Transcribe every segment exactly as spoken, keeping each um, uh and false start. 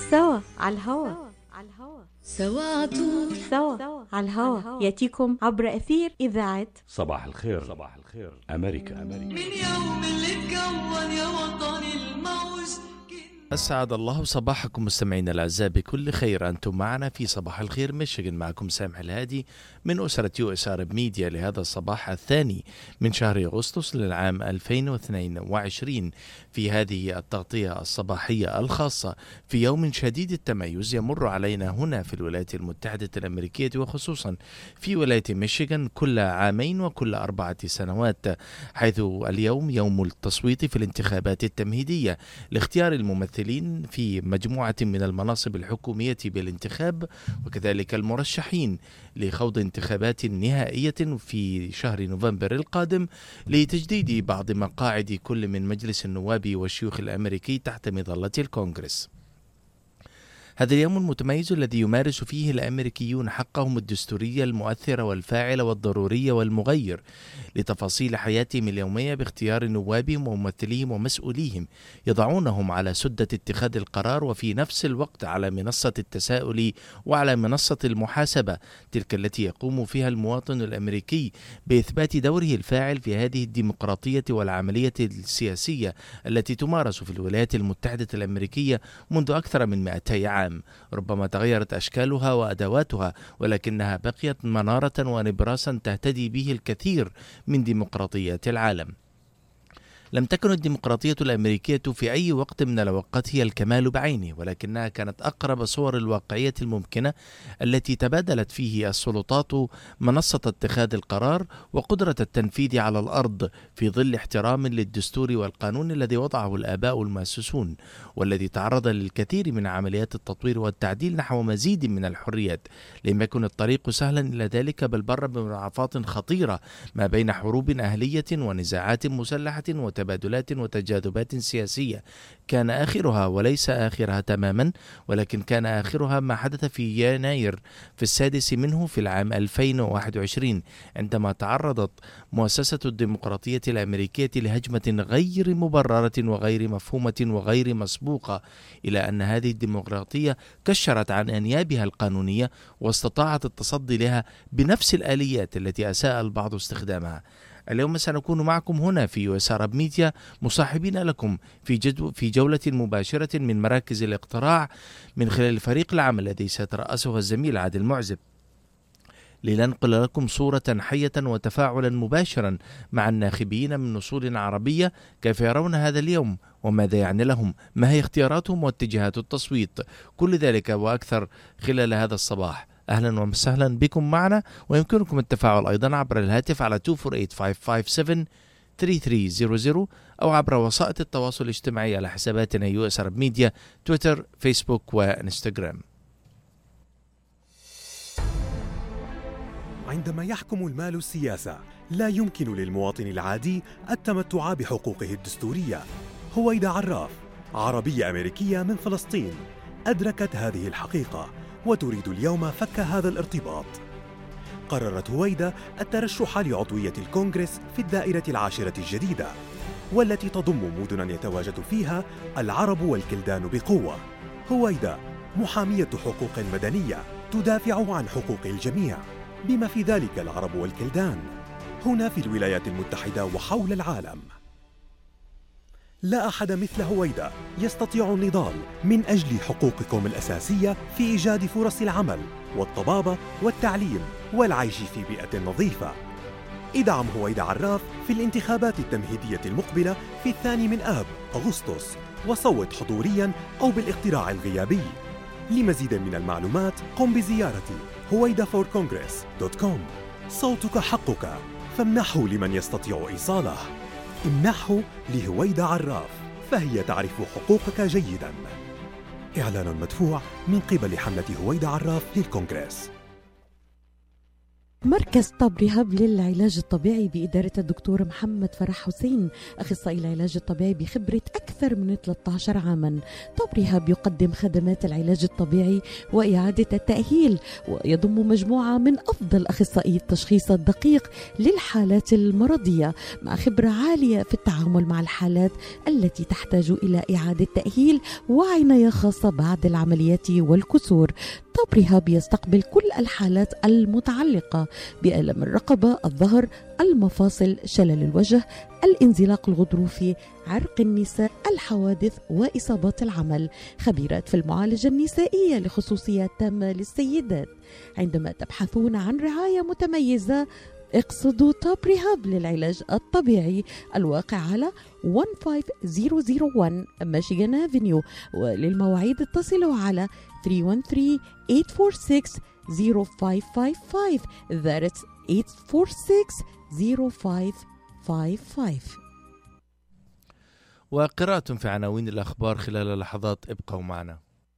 سوا على الهوا سوا عطول سوا على الهوا ياتيكم عبر أثير إذاعة صباح الخير. صباح الخير أمريكا. أمريكا. من يوم اللي اتكون يا وطني الموج. أسعد الله صباحكم مستمعينا الأعزاء بكل خير. أنتم معنا في صباح الخير ميشيغان، معكم سامح الهادي من أسرة يو إس آر ميديا لهذا الصباح الثاني من شهر أغسطس للعام ألفين واثنين وعشرين. في هذه التغطية الصباحية الخاصة في يوم شديد التميز يمر علينا هنا في الولايات المتحدة الأمريكية، وخصوصا في ولاية ميشيغان كل عامين وكل أربعة سنوات، حيث اليوم يوم التصويت في الانتخابات التمهيدية لاختيار الممثلين في مجموعة من المناصب الحكومية بالانتخاب، وكذلك المرشحين لخوض انتخابات نهائية في شهر نوفمبر القادم لتجديد بعض مقاعد كل من مجلس النواب والشيوخ الأمريكي تحت مظلة الكونغرس. هذا اليوم المتميز الذي يمارس فيه الأمريكيون حقهم الدستوري المؤثر والفاعل والضروري والمغير لتفاصيل حياتهم اليومية باختيار نوابهم وممثليهم ومسؤوليهم يضعونهم على سدة اتخاذ القرار، وفي نفس الوقت على منصة التساؤل وعلى منصة المحاسبة، تلك التي يقوم فيها المواطن الأمريكي بإثبات دوره الفاعل في هذه الديمقراطية والعملية السياسية التي تمارس في الولايات المتحدة الأمريكية منذ أكثر من مئتي عام. ربما تغيرت أشكالها وأدواتها، ولكنها بقيت منارة ونبراسا تهتدي به الكثير من ديمقراطيات العالم. لم تكن الديمقراطية الأمريكية في أي وقت من الأوقات هي الكمال بعينه، ولكنها كانت أقرب صور الواقعية الممكنة التي تبادلت فيه السلطات منصة اتخاذ القرار وقدرة التنفيذ على الأرض في ظل احترام للدستور والقانون الذي وضعه الآباء المؤسسون، والذي تعرض للكثير من عمليات التطوير والتعديل نحو مزيد من الحريات. لم يكن الطريق سهلا إلى ذلك، بل بر بمضاعفات خطيرة ما بين حروب أهلية ونزاعات مسلحة وتبادلات وتجاذبات سياسية، كان آخرها وليس آخرها تماما، ولكن كان آخرها ما حدث في يناير في السادس منه في العام ألفين وواحد وعشرين، عندما تعرضت مؤسسة الديمقراطية الأمريكية لهجمة غير مبررة وغير مفهومة وغير مسبوقة، إلى أن هذه الديمقراطية كشرت عن أنيابها القانونية واستطاعت التصدي لها بنفس الآليات التي أساء البعض استخدامها. اليوم سنكون معكم هنا في يو إس آر ميديا مصاحبين لكم في جدو في جولة مباشرة من مراكز الاقتراع من خلال فريق العمل الذي سيترأسه الزميل عادل معزب، لننقل لكم صورة حية وتفاعلا مباشرا مع الناخبين من أصول عربية، كيف يرون هذا اليوم وماذا يعني لهم، ما هي اختياراتهم واتجاهات التصويت، كل ذلك وأكثر خلال هذا الصباح. أهلا وسهلا بكم معنا، ويمكنكم التفاعل أيضا عبر الهاتف على اثنين أربعة ثمانية خمسة خمسة سبعة ثلاثة ثلاثة صفر صفر أو عبر وسائط التواصل الاجتماعي على حساباتنا يو إس آر ميديا، تويتر، فيسبوك وإنستغرام. عندما يحكم المال السياسة، لا يمكن للمواطن العادي التمتع بحقوقه الدستورية. هويدا عراف، عربية أمريكية من فلسطين، أدركت هذه الحقيقة وتريد اليوم فك هذا الارتباط. قررت هويدا الترشح لعضوية الكونغرس في الدائرة العاشرة الجديدة، والتي تضم مدنا يتواجد فيها العرب والكلدان بقوة. هويدا محامية حقوق مدنية تدافع عن حقوق الجميع، بما في ذلك العرب والكلدان، هنا في الولايات المتحدة وحول العالم. لا أحد مثل هويدا يستطيع النضال من أجل حقوقكم الأساسية في إيجاد فرص العمل والطبابة والتعليم والعيش في بيئة نظيفة. ادعم هويدا عراف في الانتخابات التمهيدية المقبلة في الثاني من آب أغسطس، وصوت حضورياً أو بالاقتراع الغيابي. لمزيد من المعلومات قم بزيارة هويدا فور كونغرس دوت كوم. صوتك حقك، فامنحه لمن يستطيع إيصاله. امنحه لهويدا عراف، فهي تعرف حقوقك جيداً. إعلان مدفوع من قبل حملة هويدا عراف للكونغرس. مركز طب ريهاب للعلاج الطبيعي بإدارة الدكتور محمد فرح حسين، أخصائي العلاج الطبيعي بخبرة أكثر من ثلاثة عشر عاما. طب ريهاب يقدم خدمات العلاج الطبيعي وإعادة التأهيل، ويضم مجموعة من أفضل أخصائي التشخيص الدقيق للحالات المرضية، مع خبرة عالية في التعامل مع الحالات التي تحتاج إلى إعادة تأهيل وعناية خاصة بعد العمليات والكسور. طب ريهاب يستقبل كل الحالات المتعلقة بألم الرقبة، الظهر، المفاصل، شلل الوجه، الانزلاق الغضروفي، عرق النساء، الحوادث وإصابات العمل. خبيرات في المعالجة النسائية لخصوصيات تامة للسيدات. عندما تبحثون عن رعاية متميزة اقصدوا توب ريهاب للعلاج الطبيعي، الواقع على خمسة عشر صفر صفر واحد ميشيغان افنيو، وللمواعيد اتصلوا على ثلاثة واحد ثلاثة ثمانية أربعة ستة صفر خمسة خمسة خمسة. That's ثمانية أربعة ستة صفر خمسة خمسة خمسة. وقراءة في عناوين الأخبار خلال لحظات، ابقوا معنا.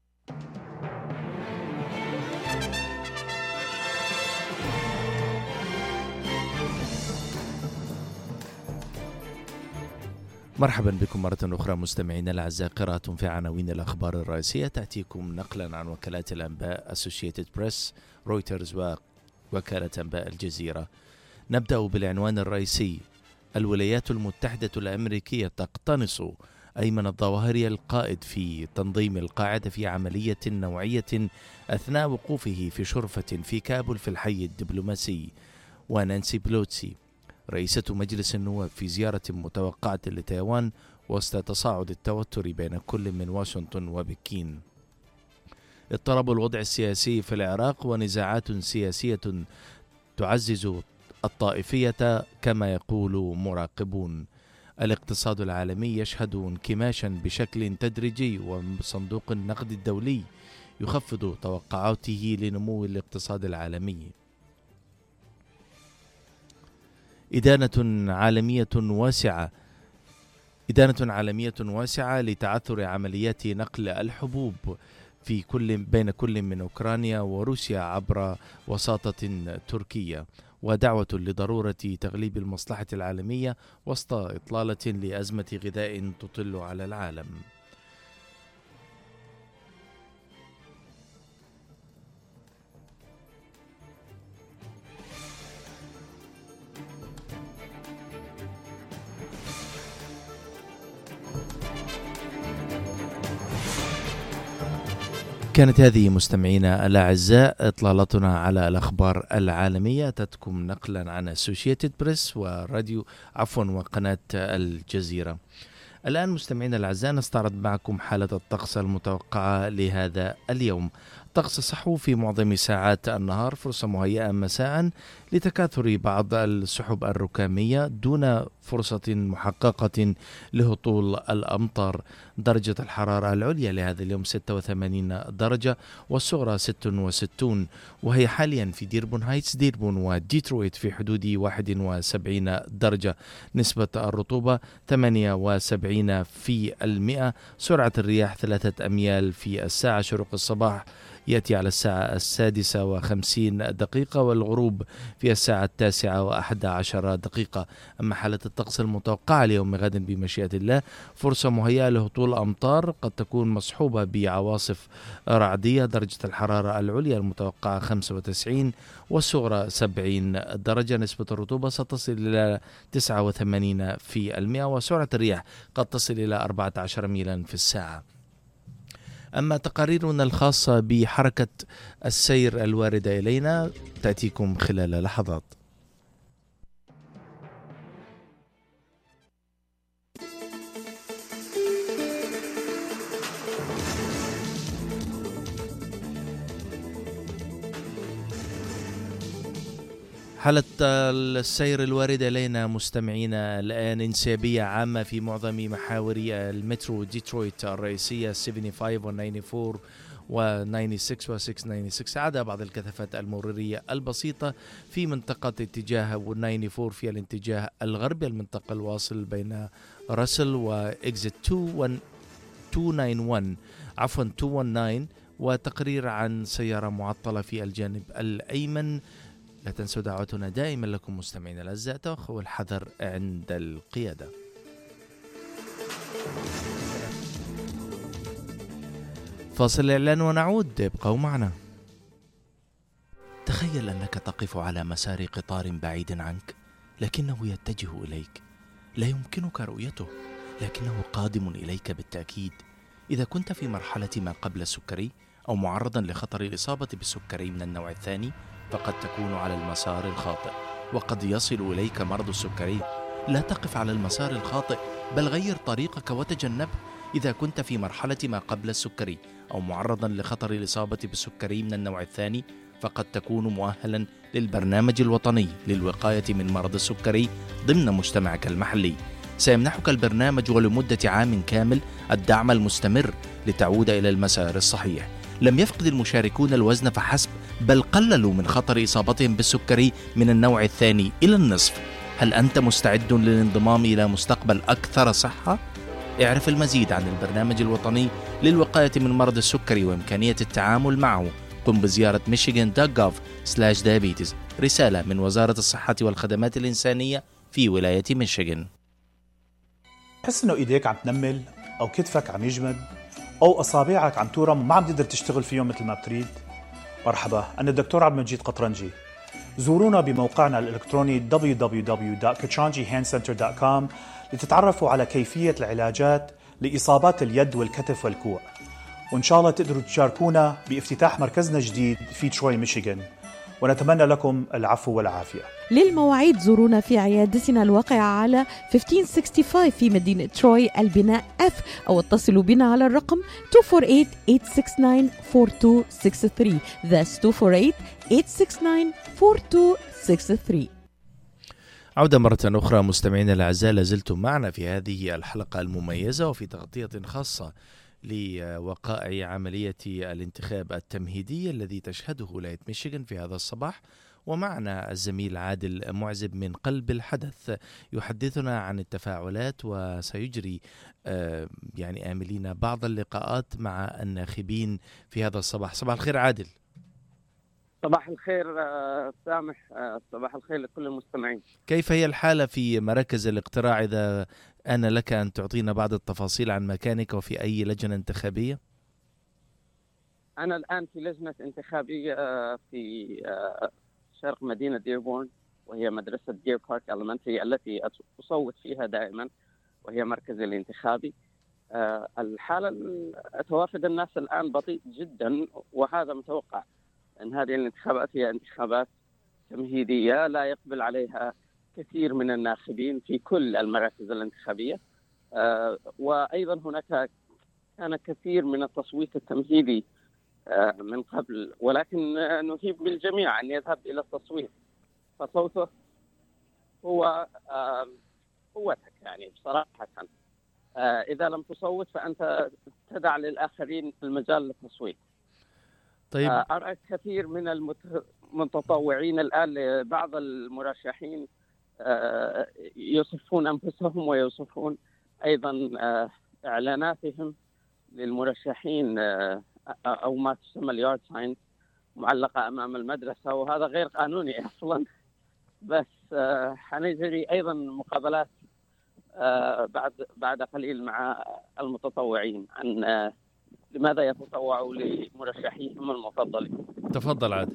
مرحبا بكم مرة أخرى مستمعينا الأعزاء. قراءة في عناوين الأخبار الرئيسية تأتيكم نقلا عن وكالات الأنباء Associated Press، رويترز ووكالة أنباء الجزيرة. نبدأ بالعنوان الرئيسي: الولايات المتحدة الأمريكية تقتنص أيمن الظواهري القائد في تنظيم القاعدة في عملية نوعية أثناء وقوفه في شرفة في كابول في الحي الدبلوماسي. ونانسي بلوتسي رئيسة مجلس النواب في زيارة متوقعة لتايوان وسط تصاعد التوتر بين كل من واشنطن وبكين. اضطراب الوضع السياسي في العراق ونزاعات سياسية تعزز الطائفية كما يقول مراقبون. الاقتصاد العالمي يشهد انكماشا بشكل تدريجي، وصندوق النقد الدولي يخفض توقعاته لنمو الاقتصاد العالمي. إدانة عالمية واسعة إدانة عالمية واسعة لتعثر عمليات نقل الحبوب في كل بين كل من أوكرانيا وروسيا عبر وساطة تركية، ودعوة لضرورة تغليب المصلحة العالمية وسط إطلالة لأزمة غذاء تطل على العالم. كانت هذه مستمعينا الأعزاء إطلالتنا على الأخبار العالمية، تأتيكم نقلا عن Associated Press وراديو عفوا وقناة الجزيرة. الآن مستمعينا الأعزاء نستعرض معكم حالة الطقس المتوقعة لهذا اليوم. الطقس الصحو في معظم ساعات النهار، فرصة مهيئة مساء لتكاثر بعض السحب الركامية دون فرصة محققة لهطول الأمطار. درجة الحرارة العليا لهذا اليوم ستة وثمانين درجة والصغرى ستة وستين، وهي حاليا في ديربون هايتس ديربون وديترويت في حدود واحد وسبعين درجة. نسبة الرطوبة ثمانية وسبعين في المئة. سرعة الرياح ثلاثة أميال في الساعة. شروق الصباح يأتي على الساعة السادسة وخمسين دقيقة، والغروب في الساعة التاسعة وأحد عشر دقيقة. أما حالة الطقس المتوقعة ليوم غد بمشيئة الله، فرصة مهيئة لهطول أمطار قد تكون مصحوبة بعواصف رعدية. درجة الحرارة العليا المتوقعة خمسة وتسعين والصغرى سبعين درجة. نسبة الرطوبة ستصل إلى تسعة وثمانين في المئة، وسرعة الرياح قد تصل إلى أربعة عشر ميلا في الساعة. أما تقاريرنا الخاصة بحركة السير الواردة إلينا تأتيكم خلال لحظات. حالة السير الواردة إلينا مستمعينا الآن انسيابية عامة في معظم محاور المترو ديترويت الرئيسية خمسة وسبعين و أربعة وستين و ستة وستة وستة، عدا بعض الكثافات المرورية البسيطة في منطقة اتجاه أربعة وتسعين في الاتجاه الغربي، المنطقة الواصل بين راسل وإكزيت مئتين وواحد وتسعين عفوا مئتين وتسعة عشر، وتقرير عن سيارة معطلة في الجانب الأيمن لا تنسوا دعوتنا دائما لكم مستمعين الأعزاء، توخوا الحذر عند القيادة. فاصل الإعلان ونعود، ابقوا معنا. تخيل أنك تقف على مسار قطار بعيد عنك، لكنه يتجه إليك، لا يمكنك رؤيته لكنه قادم إليك بالتأكيد. إذا كنت في مرحلة ما قبل السكري أو معرضا لخطر الإصابة بالسكري من النوع الثاني، فقد تكون على المسار الخاطئ وقد يصل إليك مرض السكري. لا تقف على المسار الخاطئ، بل غير طريقك وتجنبه. إذا كنت في مرحلة ما قبل السكري أو معرضا لخطر الإصابة بالسكري من النوع الثاني، فقد تكون مؤهلا للبرنامج الوطني للوقاية من مرض السكري ضمن مجتمعك المحلي. سيمنحك البرنامج ولمدة عام كامل الدعم المستمر لتعود إلى المسار الصحيح. لم يفقد المشاركون الوزن فحسب، بل قللوا من خطر إصابتهم بالسكري من النوع الثاني إلى النصف. هل أنت مستعد للانضمام إلى مستقبل أكثر صحة؟ اعرف المزيد عن البرنامج الوطني للوقاية من مرض السكري وإمكانية التعامل معه. قم بزيارة ميشيغان دوت جوف سلاش دايابيتس. رسالة من وزارة الصحة والخدمات الإنسانية في ولاية ميشيغان. تحس إنه إيديك عم تنمل أو كتفك عم يجمد أو أصابعك عم تورم وما عم تقدر تشتغل فيهم مثل ما بتريد؟ مرحبا، أنا الدكتور عبد المجيد قطرنجي. زورونا بموقعنا الإلكتروني دبليو دبليو دبليو دوت كاترانجي هاند سنتر دوت كوم لتتعرفوا على كيفية العلاجات لإصابات اليد والكتف والكوع، وإن شاء الله تقدروا تشاركونا بافتتاح مركزنا الجديد في تروي ميشيغان، ونتمنى لكم العفو والعافية. للمواعيد زورونا في عيادتنا الواقعة على خمسة عشر خمسة وخمسين في مدينة تروي البناء F، أو اتصلوا بنا على الرقم اثنين أربعة ثمانية ستة تسعة أربعة اثنين ستة ثلاثة. That's اثنين أربعة ثمانية ستة تسعة أربعة اثنين ستة ثلاثة. عودة مرة أخرى مستمعينا الأعزاء، لازلتم معنا في هذه الحلقة المميزة وفي تغطية خاصة لوقائع عملية الانتخاب التمهيدي الذي تشهده ولاية ميشيغان في هذا الصباح. ومعنا الزميل عادل معزب من قلب الحدث يحدثنا عن التفاعلات، وسيجري يعني آملين بعض اللقاءات مع الناخبين في هذا الصباح. صباح الخير عادل. صباح الخير سامح، صباح الخير لكل المستمعين. كيف هي الحالة في مراكز الاقتراع، إذا أنا لك أن تعطينا بعض التفاصيل عن مكانك وفي أي لجنة انتخابية؟ أنا الآن في لجنة انتخابية في شرق مدينة ديربورن، وهي مدرسة دير بارك إلمنتري التي أصوت فيها دائما، وهي مركزي الانتخابي. الحالة توافد الناس الآن بطيء جدا، وهذا متوقع، أن هذه الانتخابات هي انتخابات تمهيدية لا يقبل عليها كثير من الناخبين في كل المراكز الانتخابية. آه وأيضا هناك كان كثير من التصويت التمهيدي آه من قبل، ولكن آه نهيب بالجميع أن يذهب إلى التصويت، فصوته هو آه قوتك يعني بصراحة. آه إذا لم تصوت فأنت تدع للآخرين المجال للتصويت. طيب. آه أرى كثير من المتطوعين الآن لبعض المرشحين يوصفون أنفسهم ويوصفون أيضا إعلاناتهم للمرشحين أو ما تسمى اليارد ساينز معلقة أمام المدرسة، وهذا غير قانوني أصلا. بس حنجري أيضا مقابلات بعد بعد قليل مع المتطوعين عن لماذا يتطوعوا لمرشحيهم المفضلين. تفضل عادل.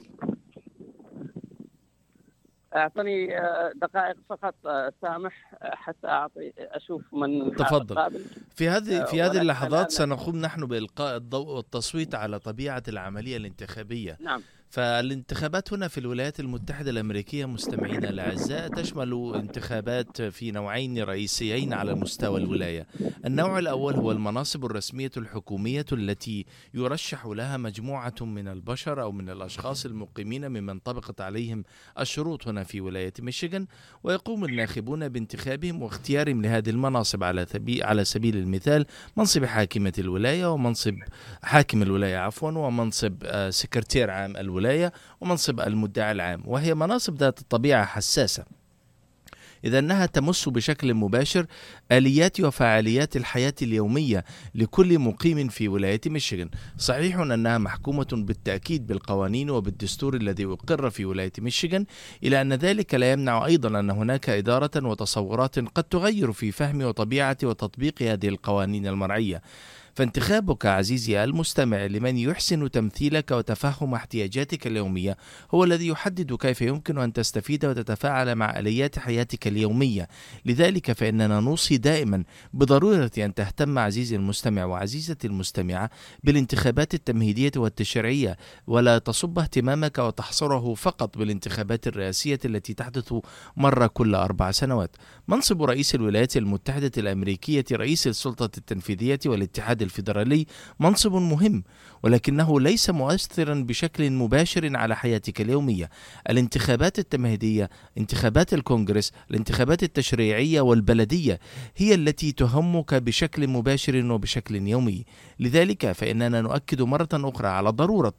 أعطني دقائق فقط سامح حتى أعطي أشوف من تفضل. في هذه في هذه اللحظات سنقوم نحن بإلقاء الضوء والتصويت على طبيعة العملية الانتخابية. نعم. فالانتخابات هنا في الولايات المتحدة الأمريكية مستمعينا الأعزاء تشمل انتخابات في نوعين رئيسيين على مستوى الولاية. النوع الأول هو المناصب الرسمية الحكومية التي يرشح لها مجموعة من البشر أو من الأشخاص المقيمين ممن طبقت عليهم الشروط هنا في ولاية ميشيغان، ويقوم الناخبون بانتخابهم واختيارهم لهذه المناصب. على على سبيل المثال منصب حاكمة الولاية، ومنصب حاكم الولاية عفوا، ومنصب سكرتير عام الولاية، ومنصب المدعي العام، وهي مناصب ذات الطبيعة حساسة. إذ أنها تمس بشكل مباشر آليات وفعاليات الحياة اليومية لكل مقيم في ولاية ميشيغان. صحيح أنها محكومة بالتأكيد بالقوانين وبالدستور الذي أقر في ولاية ميشيغان، إلى أن ذلك لا يمنع أيضا أن هناك إدارة وتصورات قد تغير في فهم وطبيعة وتطبيق هذه القوانين المرعية. فانتخابك عزيزي المستمع لمن يحسن تمثيلك وتفهم احتياجاتك اليومية هو الذي يحدد كيف يمكن أن تستفيد وتتفاعل مع آليات حياتك اليومية. لذلك فإننا نوصي دائما بضرورة أن تهتم عزيزي المستمع وعزيزتي المستمعة بالانتخابات التمهيدية والتشريعية، ولا تصب اهتمامك وتحصره فقط بالانتخابات الرئاسية التي تحدث مرة كل أربع سنوات. منصب رئيس الولايات المتحدة الأمريكية رئيس السلطة التنفيذية والاتحاد الفيدرالي منصب مهم، ولكنه ليس مؤثرا بشكل مباشر على حياتك اليومية. الانتخابات التمهيدية، انتخابات الكونغرس، الانتخابات التشريعية والبلدية هي التي تهمك بشكل مباشر وبشكل يومي. لذلك فإننا نؤكد مرة أخرى على ضرورة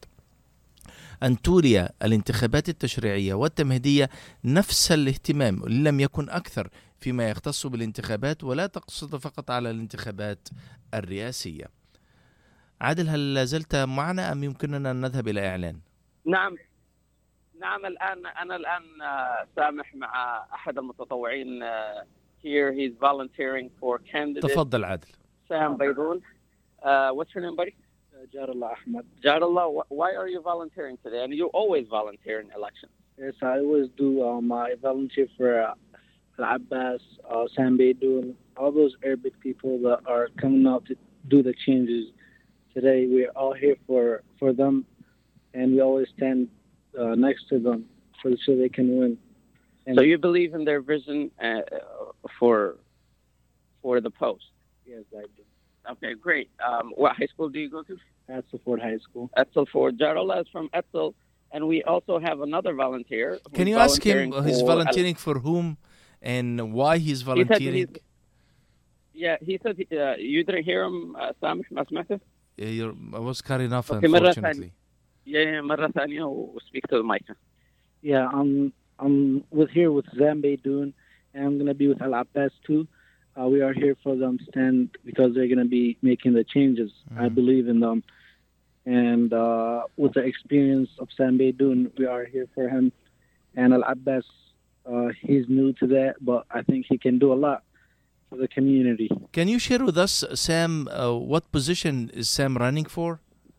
أن تولي الانتخابات التشريعية والتمهيدية نفس الاهتمام إن لم يكن أكثر فيما يختص بالانتخابات، ولا تقصد فقط على الانتخابات الرئاسية. عادل، هل لازلت معنا أم يمكننا أن نذهب إلى إعلان؟ نعم نعم الآن أنا الآن سامح مع أحد المتطوعين. here he's volunteering for candidate. تفضل عادل. سام بيضون. uh, what's your name, buddy? Jarullah Ahmed. Jarullah, why are you volunteering today? And you always volunteer in elections. Yes, I always do. Um, I volunteer for uh, Al-Abbas, uh, Sam Beydoun, all those Arabic people that are coming out to do the changes. Today we're all here for, for them, and we always stand uh, next to them so, so they can win. And so you believe in their vision uh, for for the post? Yes, I do. Okay, great. Um, what high school do you go to? Etzel Ford High School. Etzel Ford. Jarullah is from Etzel, and we also have another volunteer. Can you ask him he's volunteering for whom and why he's volunteering? He he's, yeah, he said uh, you didn't hear him, uh, Samih, ما سمعته? I was cutting off, okay, unfortunately. Yeah, yeah, مرة ثانية و speak to the mic. Yeah, I'm I'm with here with Sam Beydoun, and I'm gonna be with Al Abbas too. Uh, we are here for them to stand because they're going to be making the changes. Mm. I believe in them. And uh, with the experience of Sam Beydoun, we are here for him. And Al-Abbas, uh, he's new to that, but I think he can do a lot for the community. Can you share with us, Sam, uh, what position is Sam running for?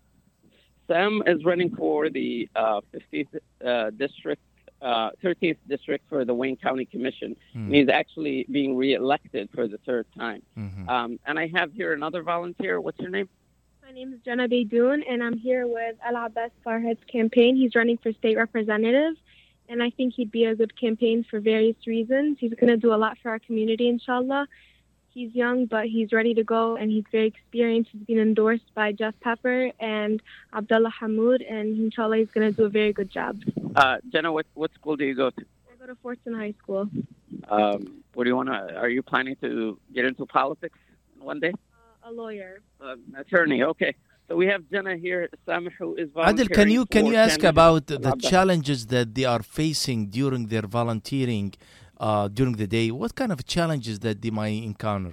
Sam is running for the uh, fiftieth uh, district. Uh, thirteenth district for the Wayne County Commission. Mm. And he's actually being re-elected for the third time. Mm-hmm. Um, and I have here another volunteer. What's your name? My name is Jenna Beydoun, and I'm here with Al Abbas Farhad's campaign. He's running for state representative, and I think he'd be a good campaign for various reasons. He's going to do a lot for our community, inshallah. He's young, but he's ready to go, and he's very experienced. He's been endorsed by Jeff Pepper and Abdullah Hamoud, and inshallah he's going to do a very good job. Uh, Jenna, what, what school do you go to? I go to Fortson High School. Um, what do you want to, are you planning to get into politics one day? Uh, a lawyer. Uh, attorney, okay. So we have Jenna here, Samih, who is volunteering. Adil, can you, can you ask about the challenges that they are facing during their volunteering uh, during the day? What kind of challenges that they might encounter?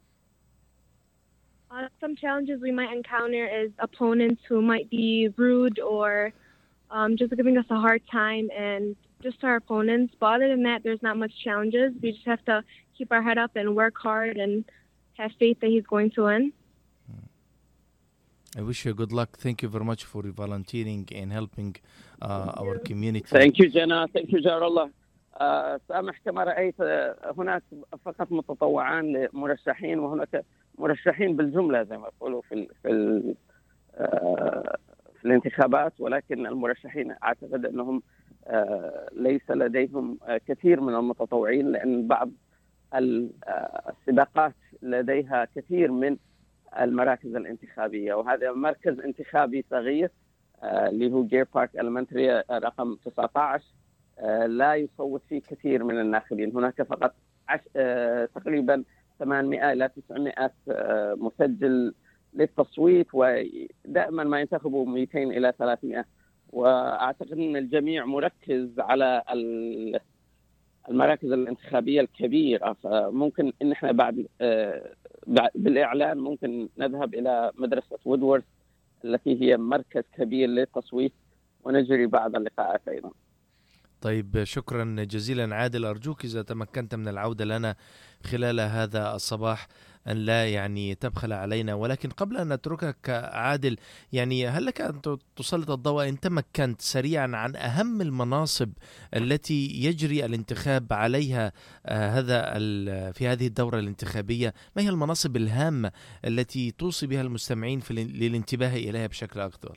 Uh, some challenges we might encounter is opponents who might be rude or um, just giving us a hard time, and just our opponents. But other than that, there's not much challenges. We just have to keep our head up and work hard and have faith that he's going to win. I wish you good luck. Thank you very much for volunteering and helping uh, our community. Thank you, Jenna. Thank you, Jarullah. آه سامح، كما رأيت هناك فقط متطوعان لمرشحين، وهناك مرشحين بالجملة زي ما يقولوا في ال في ال آه في الانتخابات، ولكن المرشحين أعتقد أنهم آه ليس لديهم آه كثير من المتطوعين، لأن بعض السباقات لديها كثير من المراكز الانتخابية، وهذا مركز انتخابي صغير آه اللي هو جير بارك إلمنتري رقم تسعة عشر لا يصوت فيه كثير من الناخبين. هناك فقط عش... تقريبا ثمانمائة إلى تسعمائة مسجل للتصويت، ودائما ما ينتخبوا مئتين إلى ثلاثمائة. وأعتقد أن الجميع مركز على ال... المراكز الانتخابية الكبيرة. فممكن إن إحنا بعد بالإعلان ممكن نذهب إلى مدرسة وودورث التي هي مركز كبير للتصويت ونجري بعض اللقاءات أيضا. طيب شكرا جزيلا عادل، أرجوك إذا تمكنت من العودة لنا خلال هذا الصباح أن لا يعني تبخل علينا. ولكن قبل أن نتركك عادل، يعني هل لك أن تسلط الضوء إن تمكنت سريعا عن أهم المناصب التي يجري الانتخاب عليها آه هذا في هذه الدورة الانتخابية؟ ما هي المناصب الهامة التي توصي بها المستمعين في للانتباه إليها بشكل أكثر؟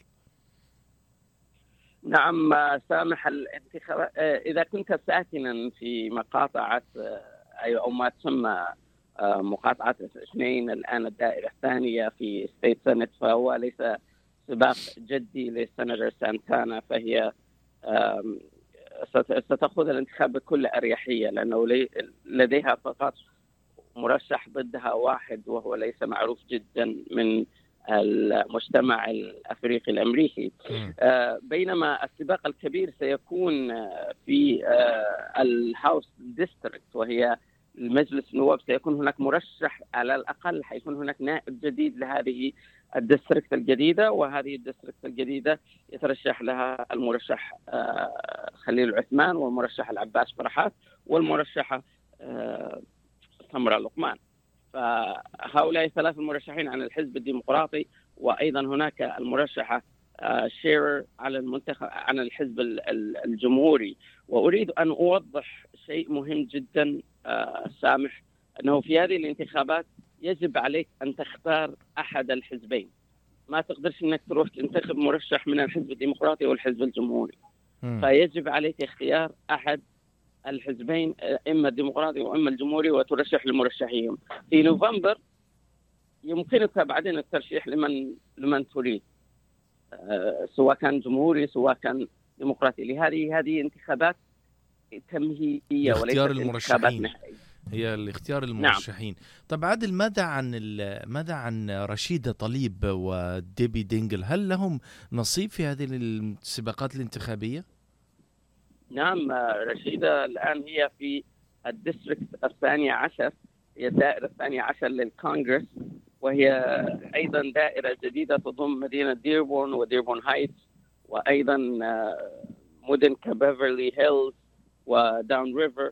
نعم سامح، الانتخابات إذا كنت ساكنا في مقاطعة أو ما تسمى مقاطعة اثنين الآن الدائرة الثانية في ستيت سنت، فهو ليس سباق جدي للسناتور سانتانا، فهي ستأخذ الانتخاب بكل أريحية لأنه لديها فقط مرشح ضدها واحد وهو ليس معروف جدا من المجتمع الأفريقي الأمريكي. آه بينما السباق الكبير سيكون في آه الهاوس ديستريكت وهي المجلس النواب. سيكون هناك مرشح على الأقل، حيكون هناك نائب جديد لهذه الديستريكت الجديدة، وهذه الديستريكت الجديدة يترشح لها المرشح آه خليل العثمان والمرشح العباس فرحات والمرشحة آه سمرة لقمان. فهؤلاء ثلاث المرشحين عن الحزب الديمقراطي، وأيضا هناك المرشحة شيرر على المنتخب عن الحزب الجمهوري. وأريد أن أوضح شيء مهم جدا سامح، أنه في هذه الانتخابات يجب عليك أن تختار أحد الحزبين، ما تقدرش أنك تروح تنتخب مرشح من الحزب الديمقراطي والحزب الجمهوري. م. فيجب عليك اختيار أحد الحزبين، إما الديمقراطي وإما الجمهوري، وترشح لمرشحيهم. في نوفمبر يمكنك بعدين الترشيح لمن لمن تريد، أه سواء كان جمهوري سواء كان ديمقراطي. لهذه هذه انتخابات تمهيدية وليست انتخابات نهائية، هي الاختيار المرشحين. نعم. طب عادل، ماذا عن ماذا عن رشيدة طليب وديبي دينجل؟ هل لهم نصيب في هذه السباقات الانتخابية؟ نعم، رشيدة الآن هي في الديستريكت الثانية عشر، هي الدائرة الثانية عشر للكونغرس، وهي أيضا دائرة جديدة تضم مدينة ديربورن وديربورن هايتس، وأيضا مدن كبيفرلي هيلز وداون ريفر.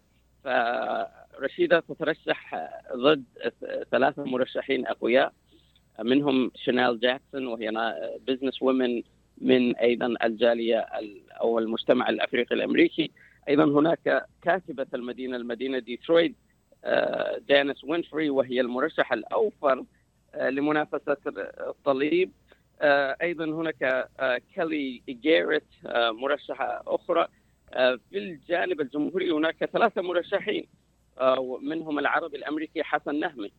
فرشيدة تترشح ضد ثلاثة مرشحين أقوياء، منهم شانيل جاكسون وهي بزنس وومن من أيضا الجالية أو المجتمع الأفريقي الأمريكي. أيضا هناك كاتبة المدينة المدينة ديترويت جانيس وينفري، وهي المرشح الأوفر لمنافسة الطليب. أيضا هناك كيلي جيريت مرشحة أخرى. في الجانب الجمهوري هناك ثلاثة مرشحين، منهم العربي الأمريكي حسن نهمي.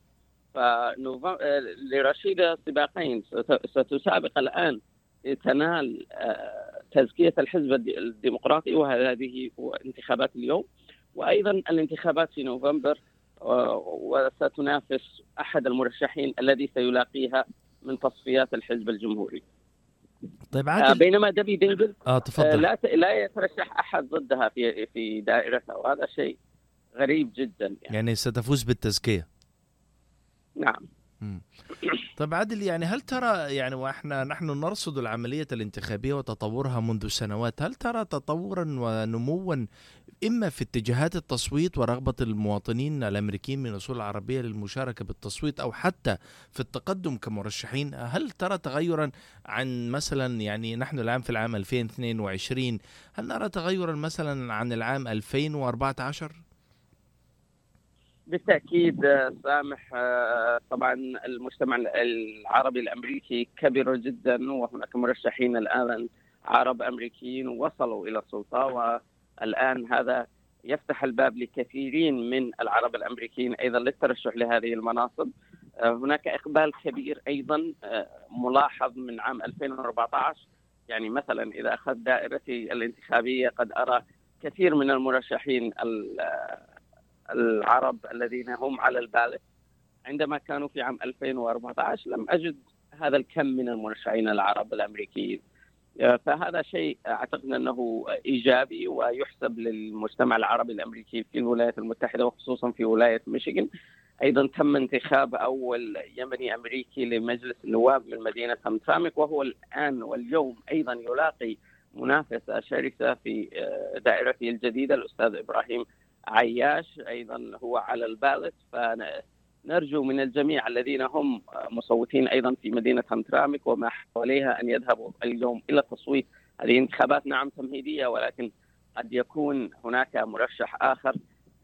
فلرشيدة سباقين ستسابق الآن تنال تزكية الحزب الديمقراطي، وهذه انتخابات اليوم، وأيضا الانتخابات في نوفمبر، وستنافس أحد المرشحين الذي سيلاقيها من تصفيات الحزب الجمهوري. طيب عادل، بينما ديبي دينجل آه تفضل. لا لا يترشح أحد ضدها في في دائرتها، وهذا شيء غريب جدا يعني, يعني ستفوز بالتزكية. نعم. طيب عادل، يعني هل ترى يعني واحنا نحن نرصد العملية الانتخابية وتطورها منذ سنوات، هل ترى تطورا ونموا إما في اتجاهات التصويت ورغبة المواطنين الأمريكيين من أصول عربية للمشاركة بالتصويت، أو حتى في التقدم كمرشحين؟ هل ترى تغيرا عن مثلا، يعني نحن الآن في العام ألفين واثنين وعشرين، هل نرى تغيرا مثلا عن العام ألفين وأربعة عشر؟ بالتأكيد سامح، طبعا المجتمع العربي الأمريكي كبر جدا، وهناك مرشحين الآن عرب أمريكيين وصلوا إلى السلطة، والآن هذا يفتح الباب لكثيرين من العرب الأمريكيين أيضا للترشح لهذه المناصب. هناك إقبال كبير أيضا ملاحظ من عام ألفين وأربعة عشر. يعني مثلا إذا أخذ دائرتي الانتخابية قد أرى كثير من المرشحين العرب الذين هم على البالغ. عندما كانوا في عام ألفين وأربعة عشر لم أجد هذا الكم من المرشحين العرب الأمريكيين. فهذا شيء أعتقد أنه إيجابي ويحسب للمجتمع العربي الأمريكي في الولايات المتحدة وخصوصا في ولاية ميشيغان. أيضا تم انتخاب أول يمني أمريكي لمجلس النواب من مدينة همترامك، وهو الآن واليوم أيضا يلاقي منافسة شرسة في دائرته الجديدة. الأستاذ إبراهيم عياش أيضا هو على البالت، فنرجو من الجميع الذين هم مصوتين أيضا في مدينة همترامك وما حواليها أن يذهبوا اليوم إلى التصويت. هذه انتخابات نعم تمهيدية، ولكن قد يكون هناك مرشح آخر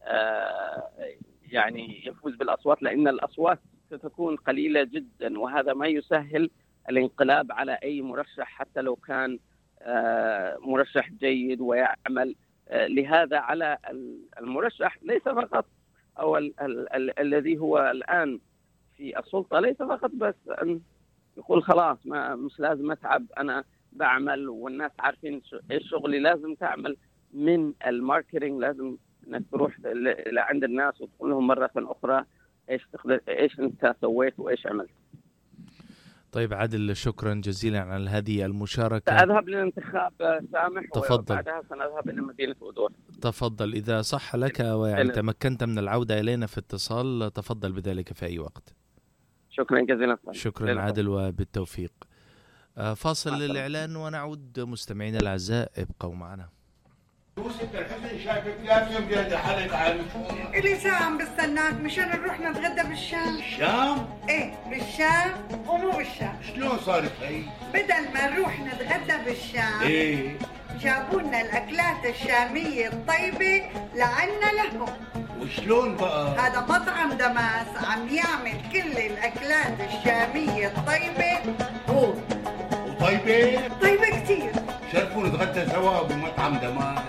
يعني يفوز بالأصوات، لأن الأصوات ستكون قليلة جدا، وهذا ما يسهل الانقلاب على أي مرشح حتى لو كان مرشح جيد ويعمل. لهذا على المرشح ليس فقط أو ال ال ال الذي هو الآن في السلطة ليس فقط بس أن يقول خلاص ما مش لازم أتعب، أنا بعمل والناس عارفين إيش شغلي. لازم تعمل من الماركتينج، لازم انك تروح لعند الناس وتقول لهم مرة أخرى إيش إيش أنت سويت وإيش عملت. طيب عادل، شكرا جزيلا على هذه المشاركة. سأذهب للانتخاب سامح، تفضل. وبعدها سنذهب إلى مدينة ودور. تفضل، إذا صح لك ويعني تمكنت من العودة إلينا في اتصال تفضل بذلك في أي وقت. شكرا جزيلا. شكرا لله. عادل وبالتوفيق. فاصل للإعلان ونعود مستمعينا الأعزاء، ابقوا معنا. يوسف الحسن شايفك لازم بيد حالك عارف. إلي ساعة عم بستناك مشان نروح نتغدى بالشام. الشام؟ إيه بالشام ومو بالشام. شلون صارت هي؟ بدل ما نروح نتغدى بالشام إيه جابوا لنا الأكلات الشامية الطيبة لعنا لهم. وشلون بقى؟ هذا مطعم دماس عم يعمل كل الأكلات الشامية الطيبة هو. وطيبة؟ طيبة كتير. شرفوا نتغدى سوا بمطعم دماس.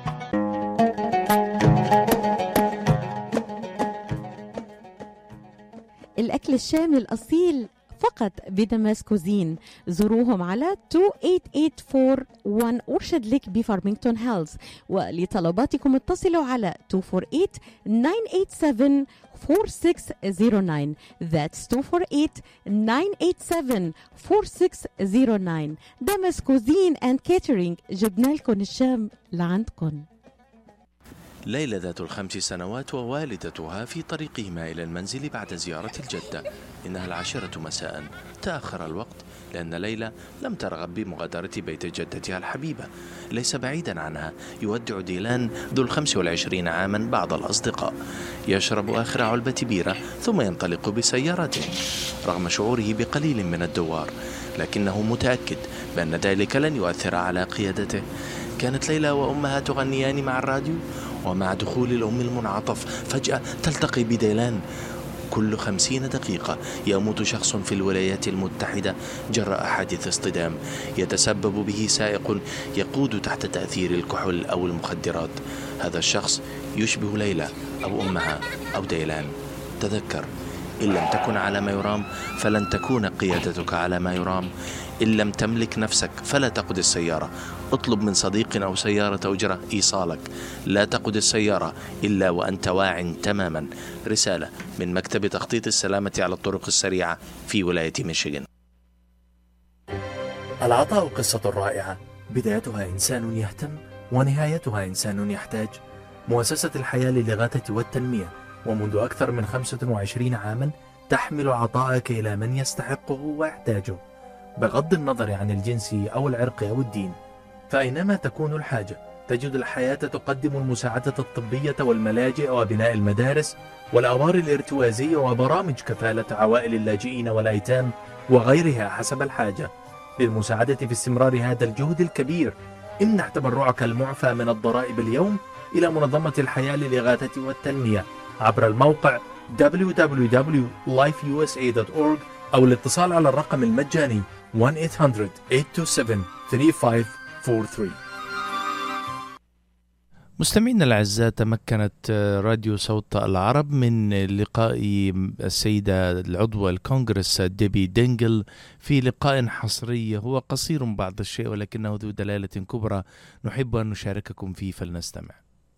الأكل الشامي الأصيل فقط بدماس كوزين. زوروهم على اثنين ثمانية ثمانية أربعة واحد أورشد ليك بفارمينغتون هيلز، ولطلباتكم اتصلوا على اثنين أربعة ثمانية تسعة سبعة أربعة ستة صفر تسعة. That's اثنين أربعة ثمانية تسعة سبعة أربعة ستة صفر تسعة. دماس كوزين اند كاترينج، جبنا لكم الشام لعندكم. ليلى ذات الخمس سنوات ووالدتها في طريقهما إلى المنزل بعد زيارة الجدة. إنها العاشرة مساء. تأخر الوقت لأن ليلى لم ترغب بمغادرة بيت جدتها الحبيبة. ليس بعيدا عنها يودع ديلان ذو الخمس والعشرين عاما بعض الأصدقاء، يشرب آخر علبة بيرة ثم ينطلق بسيارته رغم شعوره بقليل من الدوار، لكنه متأكد بأن ذلك لن يؤثر على قيادته. كانت ليلى وأمها تغنيان مع الراديو، ومع دخول الأم المنعطف فجأة تلتقي بديلان. كل خمسين دقيقة يموت شخص في الولايات المتحدة جراء حادث اصطدام يتسبب به سائق يقود تحت تأثير الكحول أو المخدرات. هذا الشخص يشبه ليلى أو أمها أو ديلان. تذكر، إن لم تكن على ما يرام فلن تكون قيادتك على ما يرام. إن لم تملك نفسك فلا تقود السيارة. اطلب من صديق أو سيارة أجرة إيصالك. لا تقود السيارة إلا وأنت واع تماما. رسالة من مكتب تخطيط السلامة على الطرق السريعة في ولاية ميشيغان. العطاء قصة رائعة، بدايتها إنسان يهتم ونهايتها إنسان يحتاج. مؤسسة الحياة للإغاثة والتنمية، ومنذ أكثر من خمسة وعشرين عاما تحمل عطاءك إلى من يستحقه ويحتاجه، بغض النظر عن الجنس أو العرق أو الدين. فأينما تكون الحاجة تجد الحياة تقدم المساعدة الطبية والملاجئ وبناء المدارس والأوار الارتوازية وبرامج كفالة عوائل اللاجئين والأيتام وغيرها حسب الحاجة. للمساعدة في استمرار هذا الجهد الكبير امنح تبرعك المعفى من الضرائب اليوم إلى منظمة الحياة للإغاثة والتنمية عبر الموقع دبليو دبليو دبليو دوت لايف يو اس اي دوت أورج أو الاتصال على الرقم المجاني واحد ثمانية صفر صفر ثمانية اثنين سبعة ثلاثة خمسة أربعة ثلاثة. مستمعينا الأعزاء، تمكنت راديو صوت العرب من لقاء السيدة العضوة الكونغرس ديبي دينجل في لقاء حصري هو قصير بعض الشيء ولكنه ذو دلالة كبرى نحب أن نشارككم فيه، فلنستمع.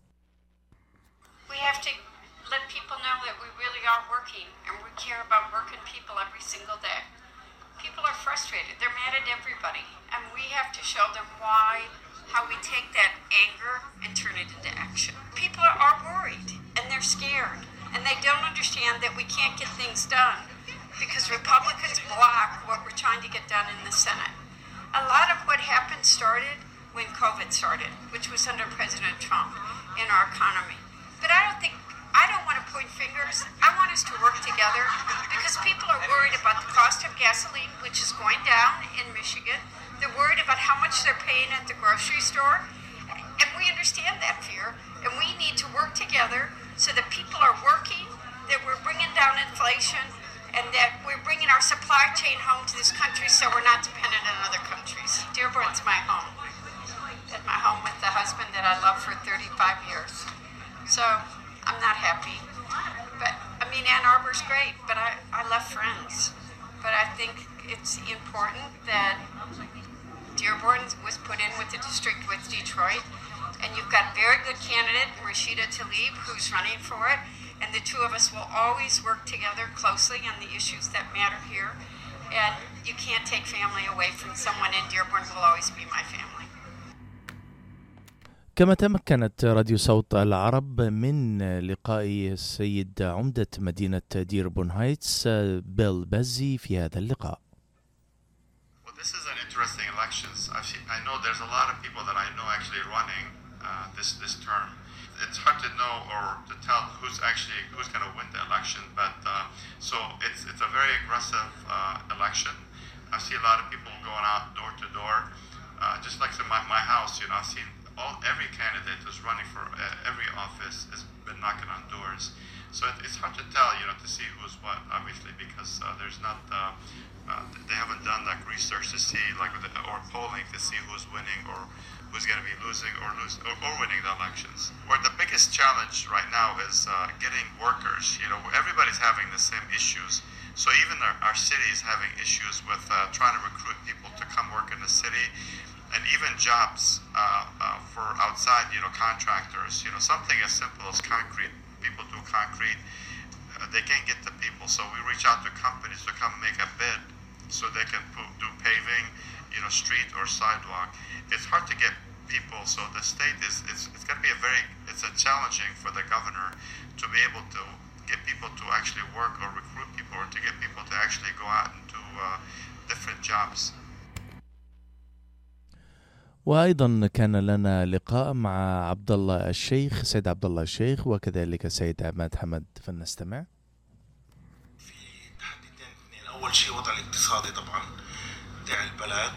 We have to let people know that we really are working and we care about working people every single day. People are frustrated. They're mad at everybody. And we have to show them why, how we take that anger and turn it into action. People are, are worried and they're scared and they don't understand that we can't get things done because Republicans block what we're trying to get done in the Senate. A lot of what happened started when COVID started, which was under President Trump in our economy. But I don't think, I don't want to point fingers. I want us to work together because people are worried about the cost of gasoline, which is going down in Michigan. They're worried about how much they're paying at the grocery store. And we understand that fear. And we need to work together so that people are working, that we're bringing down inflation, and that we're bringing our supply chain home to this country so we're not dependent on other countries. Dearborn's my home. At my home with the husband that I love for thirty-five years. So I'm not happy. But I mean, Ann Arbor's great, but I, I love friends. But I think it's important that Dearborn was put in with the district with Detroit. And you've got a very good candidate, Rashida Tlaib, who's running for it. And the two of us will always work together closely on the issues that matter here. And you can't take family away from someone, and Dearborn will always be my family. كما تمكنت راديو صوت العرب من لقاء السيد عمدة مدينة ديربون هايتس بيل بازي في هذا اللقاء. Well, this is an interesting elections. I've seen, I know there's a lot of people that I know actually running uh, this this term. It's hard to know or to tell who's actually who's going to win the election, but uh, so it's it's a very aggressive uh, election. I see a lot of people going out door to door, uh, just like in my my house. You know, I've seen. All, every candidate who's running for uh, every office has been knocking on doors. So it, it's hard to tell, you know, to see who's what, obviously, because uh, there's not, uh, uh, they haven't done like research to see, like, or polling to see who's winning or who's going to be losing or losing or, or winning the elections. Where the biggest challenge right now is uh, getting workers. You know, everybody's having the same issues. So even our, our city is having issues with uh, trying to recruit people to come work in the city. And even jobs uh, uh, for outside, you know, contractors, you know, something as simple as concrete. People do concrete, uh, they can't get the people. So we reach out to companies to come make a bid so they can do paving, you know, street or sidewalk. It's hard to get people. So the state is, it's, it's going to be a very, it's a challenging for the governor to be able to get people to actually work or recruit people or to get people to actually go out and do uh, different jobs. وأيضا كان لنا لقاء مع عبد الله الشيخ سيد عبد الله الشيخ وكذلك سيد عماد حمد، فلنستمع. في تحديدين اثنين، أول شيء وضع الاقتصادي طبعا بتاع البلد،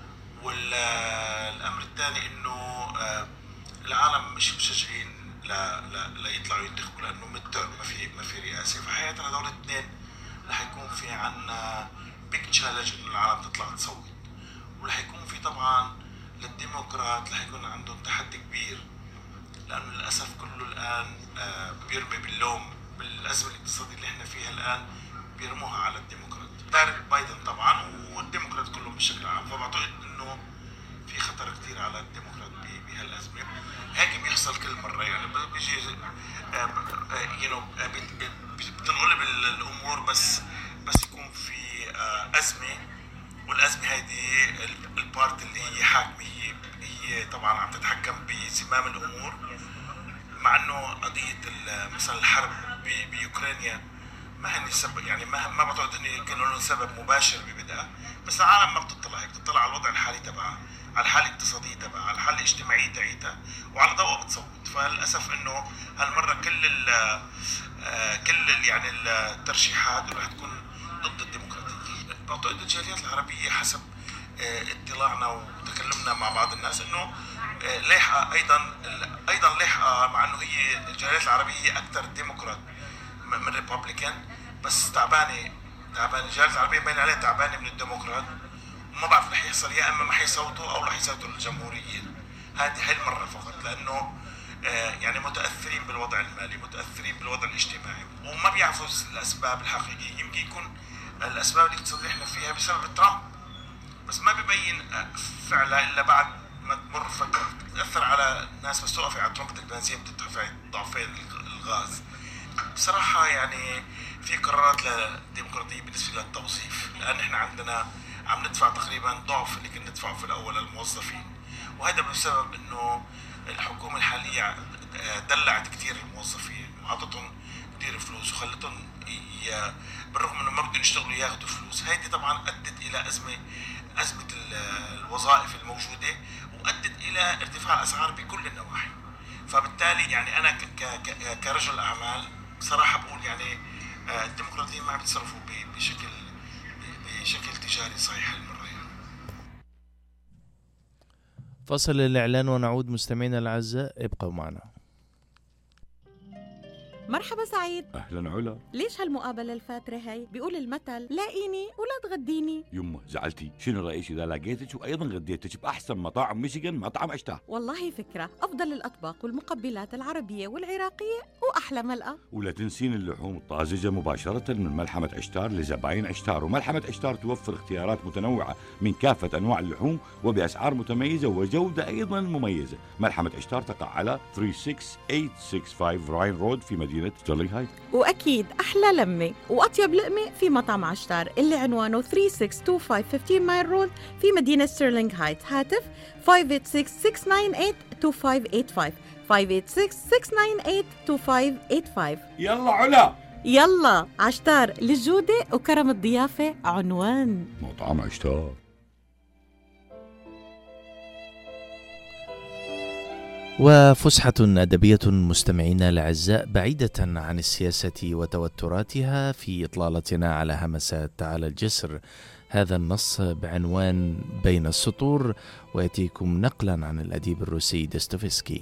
والأمر الثاني إنه العالم مش مشجعين لا لا لا يطلعوا ينتخبوا لأنه متر ما في ما في رئاسة، فحقيقة هذول الاثنين رح يكون في عنا بيج تشالنج إنه العالم تطلع تصوت، ورح يكون في طبعا للديمقراط رح يكون عندهم تحدي كبير، لأنه للأسف كله الآن بيرمي باللوم بالأزمة الاقتصادية اللي احنا فيها الآن، بيرموها على الديمقراط. تعرف بايدن طبعا والديمقراط كلهم بشكل عام، فبعتقد إنه في خطر كتير على الديمقراط بهالأزمة. هيك بيحصل كل مرة، يعني بيجي يو بتنقلب الأمور بس بس يكون في أزمة، والأزمة هذه البارت اللي هي حاكمة هي هي طبعا عم تتحكم بزمام الأمور، مع إنه قضية مثلا الحرب بأوكرانيا ما هن سبب، يعني ما ما بعتقد إنه يكون لهم سبب مباشر ببدأ، بس العالم ما بتطلع هيك، بتطلع على الوضع الحالي تبعها، على الحالة الاقتصادية تبعها، على الحالة الاجتماعية تاعتها، وعلى ضوء بتصوت. فللأسف إنه هالمرة كل ال كل ال يعني الترشيحات راح تكون ضد الديمقراطية. بعتقد الجاليات العربية حسب اطلاعنا وتكلمنا مع بعض الناس إنه لاحقة أيضا أيضا لاحقة، مع إنه هي الجاليات العربية هي أكثر ديمقراط من ريبابليكان، بس تعبانة تعبانة الجاليات العربية بين عليها تعبانة من الديمقراط، وما بعرف رح يحصل، يا إما ما حيصوتوا أو رح يصوتوا للجمهوريين. هذه هاي المرة فقط، لأنه يعني متأثرين بالوضع المالي، متأثرين بالوضع الاجتماعي، وما بيعرفوا الأسباب الحقيقية. يمكن يكون الأسباب الاقتصادية اللي احنا فيها بسبب ترامب، بس ما بيبين فعلا إلا بعد ما تمر فترة. بتأثر على الناس، بس توقفي على ترامبة البنزين بتدفعي ضعفين الغاز. بصراحة يعني في قرارات للديمقراطية بالنسبة للتوظيف، لأن احنا عندنا عم ندفع تقريبا ضعف اللي كنا ندفعه في الأول للموظفين، وهذا بسبب إنه الحكومة الحالية دلعت كتير الموظفين وعطتهم كتير فلوس وخلتهم بالرغم إنه ما بدهم يشتغلوا ياخذوا فلوس. هذه طبعا أدت إلى أزمة أزمة الوظائف الموجودة، وأدت إلى ارتفاع الأسعار بكل النواحي. فبالتالي يعني أنا كرجل أعمال بصراحة بقول يعني الديمقراطيين ما عم بيتصرفوا بشكل بشكل تجاري صحيح المرة. فصل الإعلان ونعود مستمعينا الأعزاء، ابقوا معنا. مرحبا سعيد. أهلا علا. ليش هالمقابلة الفاترة هاي؟ بيقول المثل لاقيني ولا تغديني. يمه زعلتي، شنو رأيك إذا لقيتك وأيضا غديتك بأحسن مطاعم ميشيغان، مطعم عشتار؟ والله فكرة، أفضل الأطباق والمقبلات العربية والعراقية وأحلى ملقا. ولا تنسين اللحوم الطازجة مباشرة من ملحمة عشتار لزباين عشتار. وملحمة عشتار توفر اختيارات متنوعة من كافة أنواع اللحوم وبأسعار متميزة وجودة أيضا مميزة. ملحمة عشتار تقع على ثلاثة ستة ثمانية ستة خمسة راين رود في مدينة ستيرلينغ هايت. وأكيد أحلى لمة وأطيب لقمة في مطعم عشتار اللي عنوانه ثلاثة ستة اثنين خمسة خمسة عشر مايل رود في مدينة ستيرلينغ هايت. هاتف خمسة ثمانية ستة ستة تسعة ثمانية ثمانية اثنين خمسة ثمانية خمسة ستة ستة تسعة ثمانية اثنين خمسة ثمانية خمسة. يلا علا يلا عشتار للجودة وكرم الضيافة عنوان مطعم عشتار. وفسحة أدبية مستمعينا الأعزاء بعيدة عن السياسة وتوتراتها في إطلالتنا على همسات على الجسر. هذا النص بعنوان بين السطور، ويأتيكم نقلا عن الأديب الروسي دوستويفسكي.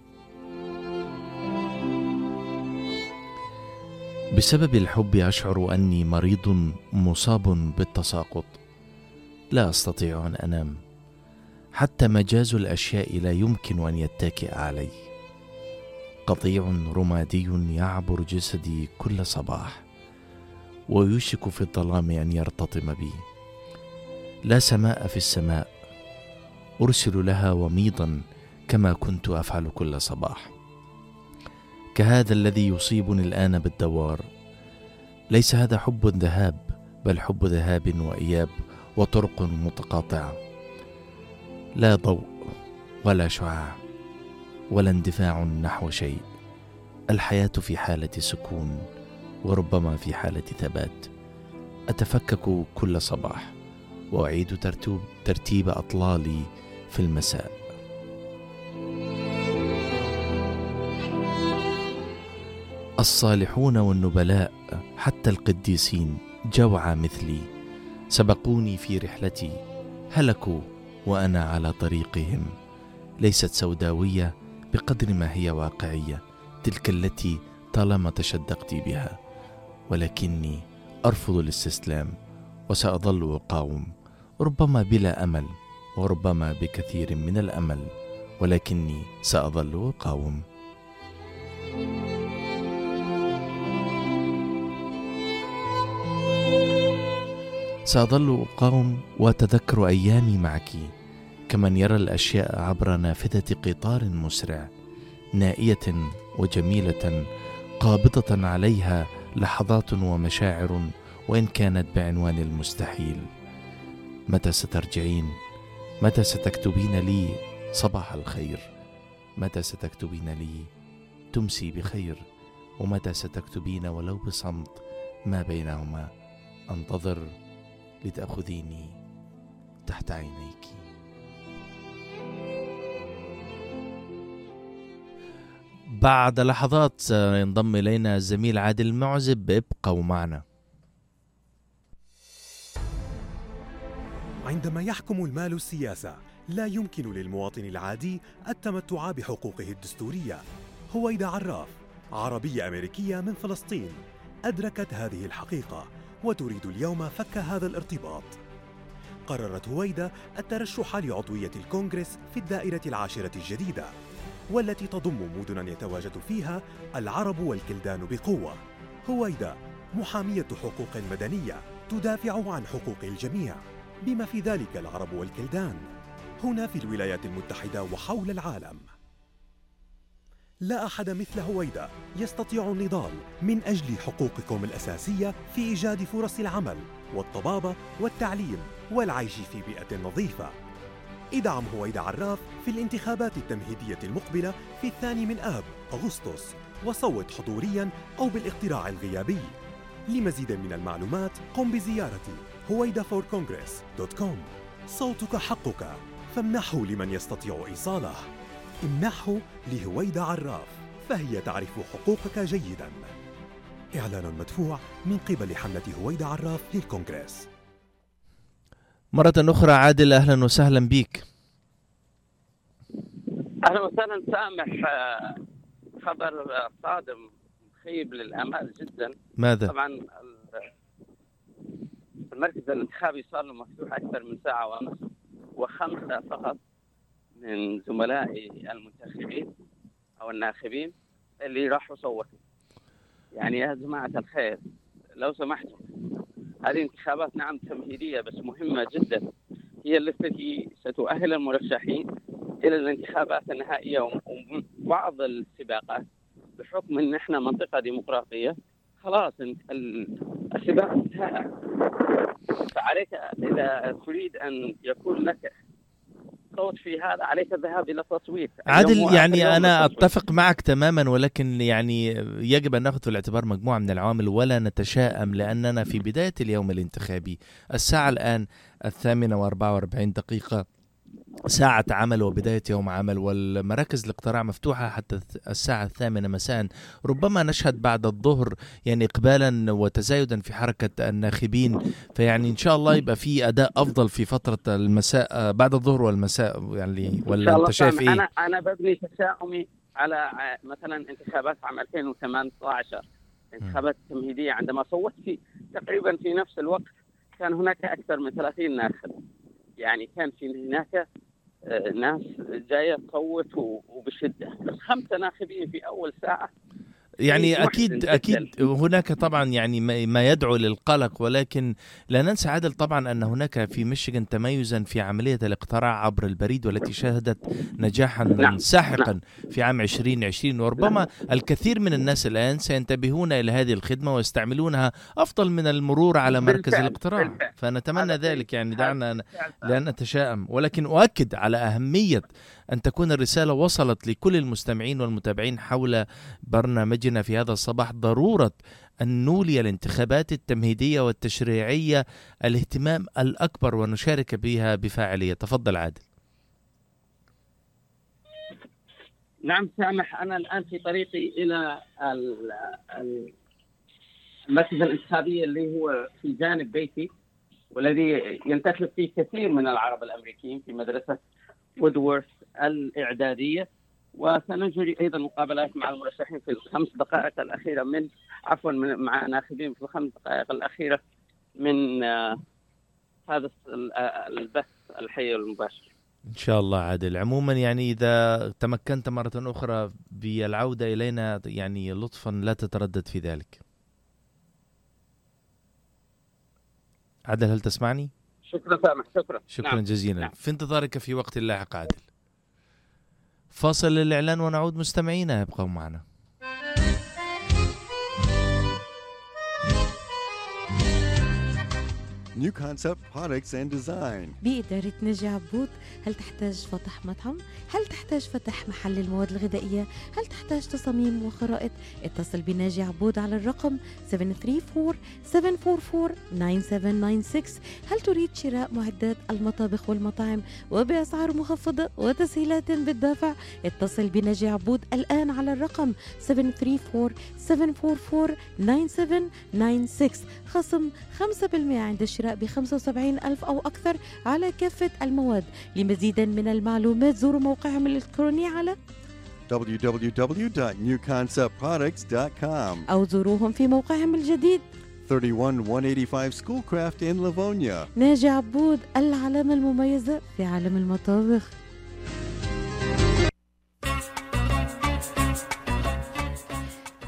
بسبب الحب أشعر أني مريض مصاب بالتساقط، لا أستطيع أن أنام، حتى مجاز الأشياء لا يمكن أن يتكئ علي. قطيع رمادي يعبر جسدي كل صباح، ويوشك في الظلام أن يرتطم بي. لا سماء في السماء، أرسل لها وميضا كما كنت أفعل كل صباح. كهذا الذي يصيبني الآن بالدوار. ليس هذا حب ذهاب، بل حب ذهاب وإياب وطرق متقاطعة. لا ضوء ولا شعاع ولا اندفاع نحو شيء. الحياة في حالة سكون وربما في حالة ثبات. أتفكك كل صباح وأعيد ترتيب, ترتيب أطلالي في المساء. الصالحون والنبلاء حتى القديسين جوعى مثلي، سبقوني في رحلتي، هلكوا وأنا على طريقهم. ليست سوداوية بقدر ما هي واقعية، تلك التي طالما تشدقت بها، ولكني أرفض الاستسلام وسأظل أقاوم، ربما بلا أمل وربما بكثير من الأمل، ولكني سأظل أقاوم. سأظل أقاوم وأتذكر أيامي معك كمن يرى الأشياء عبر نافذة قطار مسرع، نائية وجميلة قابضة عليها لحظات ومشاعر، وإن كانت بعنوان المستحيل. متى سترجعين؟ متى ستكتبين لي صباح الخير؟ متى ستكتبين لي تمسي بخير؟ ومتى ستكتبين ولو بصمت ما بينهما؟ أنتظر لتأخذيني تحت عينيك. بعد لحظات ينضم إلينا الزميل عادل المعزب، ابقوا معنا. عندما يحكم المال السياسة، لا يمكن للمواطن العادي التمتع بحقوقه الدستورية. هويدا عراف، عربية أمريكية من فلسطين، أدركت هذه الحقيقة وتريد اليوم فك هذا الارتباط. قررت هويدا الترشح لعضوية الكونغرس في الدائرة العاشرة الجديدة، والتي تضم مدنا يتواجد فيها العرب والكلدان بقوة. هويدا محامية حقوق مدنية تدافع عن حقوق الجميع، بما في ذلك العرب والكلدان، هنا في الولايات المتحدة وحول العالم. لا أحد مثل هويدا يستطيع النضال من أجل حقوقكم الأساسية في إيجاد فرص العمل والطبابة والتعليم والعيش في بيئة نظيفة. ادعم هويدا عراف في الانتخابات التمهيدية المقبلة في الثاني من آب أغسطس، وصوت حضورياً أو بالاقتراع الغيابي. لمزيد من المعلومات قم بزيارة هويدا فور كونغرس دوت كوم. صوتك حقك، فامنحه لمن يستطيع إيصاله. امنحه لهويدا عراف، فهي تعرف حقوقك جيداً. إعلان مدفوع من قبل حملة هويدا عراف للكونغرس. مرة أخرى عادل، أهلا وسهلا بك. أهلا وسهلا سامح. خبر صادم مخيب للآمال جدا. ماذا؟ طبعا المركز الانتخابي صار له مفتوح أكثر من ساعة ونصف، وخمسة فقط من زملائي المنتخبين أو الناخبين اللي راحوا صوتوا. يعني يا جماعة الخير لو سمحتم، هذه انتخابات نعم تمهيدية بس مهمة جدا، هي التي ستؤهل المرشحين إلى الانتخابات النهائية وبعض السباقات. بحكم أن احنا منطقة ديمقراطية خلاص السباق انتهى، فعليك إذا تريد أن يكون لك صوت في هذا عليك الذهاب إلى التصويت. عادل، يعني أنا أتفق معك تماما، ولكن يعني يجب أن نأخذ في الاعتبار مجموعة من العوامل ولا نتشائم، لأننا في بداية اليوم الانتخابي. الساعة الآن الثامنة وأربعة وأربعين دقيقة، ساعة عمل وبداية يوم عمل، والمراكز الاقتراع مفتوحة حتى الساعة الثامنة مساء. ربما نشهد بعد الظهر يعني إقبالا وتزايدا في حركة الناخبين، فيعني إن شاء الله يبقى في أداء أفضل في فترة المساء بعد الظهر والمساء. يعني ولا أنت شايف إيه؟ أنا أنا ببني تشاؤمي على مثلا انتخابات عام ألفين وثمانية عشر، انتخابات تمهيدية، عندما صوت في تقريبا في نفس الوقت كان هناك أكثر من ثلاثين ناخب. يعني كان في هناك ناس جاية تصوت وبشدة، بس خمسة ناخبين في أول ساعة يعني أكيد أكيد هناك طبعا يعني ما يدعو للقلق، ولكن لا ننسى عادل طبعا أن هناك في ميشيغان تميزا في عملية الاقتراع عبر البريد، والتي شهدت نجاحا نعم. ساحقا نعم. في عام عشرين عشرين، وربما نعم. الكثير من الناس الآن سينتبهون إلى هذه الخدمة ويستعملونها أفضل من المرور على مركز بالفعل. الاقتراع بالفعل. فنتمنى ذلك، يعني دعنا لا نتشائم، ولكن أؤكد على أهمية أن تكون الرسالة وصلت لكل المستمعين والمتابعين حول برنامجنا في هذا الصباح، ضرورة أن نولي الانتخابات التمهيدية والتشريعية الاهتمام الأكبر ونشارك بها بفاعلية. تفضل عادل. نعم سامح، أنا الآن في طريقي إلى المركز الانتخابي اللي هو في جانب بيتي، والذي ينتخب فيه كثير من العرب الأمريكيين في مدرسة وودورث الإعدادية، وسنجري أيضا مقابلات مع المرشحين في الخمس دقائق الأخيرة من عفوا من مع ناخبين في الخمس دقائق الأخيرة من آه هذا البث الحي المباشر إن شاء الله. عادل، عموما يعني إذا تمكنت مرة أخرى بالعودة إلينا يعني لطفا لا تتردد في ذلك. عادل، هل تسمعني؟ شكرا سامح. شكرا شكرا نعم. جزيلا نعم. في انتظارك في وقت لاحق. عادل، فاصل للإعلان ونعود مستمعينا، ابقوا معنا. New Concept Products and Design بإدارة ناجي عبود. هل تحتاج فتح مطعم؟ هل تحتاج فتح محل المواد الغذائية؟ هل تحتاج تصاميم وخرائط؟ اتصل بناجي عبود على الرقم سبعة ثلاثة أربعة سبعة أربعة أربعة تسعة سبعة تسعة ستة. هل تريد شراء معدات المطابخ والمطاعم وبأسعار مخفضة وتسهيلات بالدافع؟ اتصل بناجي عبود الآن على الرقم سبعة ثلاثة أربعة سبعة أربعة أربعة تسعة سبعة تسعة ستة. خصم خمسة بالمئة عند الشراء بخمسة وسبعين ألف أو أكثر على كافة المواد. لمزيد من المعلومات زوروا موقعهم الإلكتروني على دبليو دبليو دبليو دوت نيو كونسبت برودكتس دوت كوم أو زوروهم في موقعهم الجديد ثلاثة وأحد مئتين وخمسة وثمانين Schoolcraft in ليفونيا. ناجي عبود، العلامة المميزة في عالم المطابخ.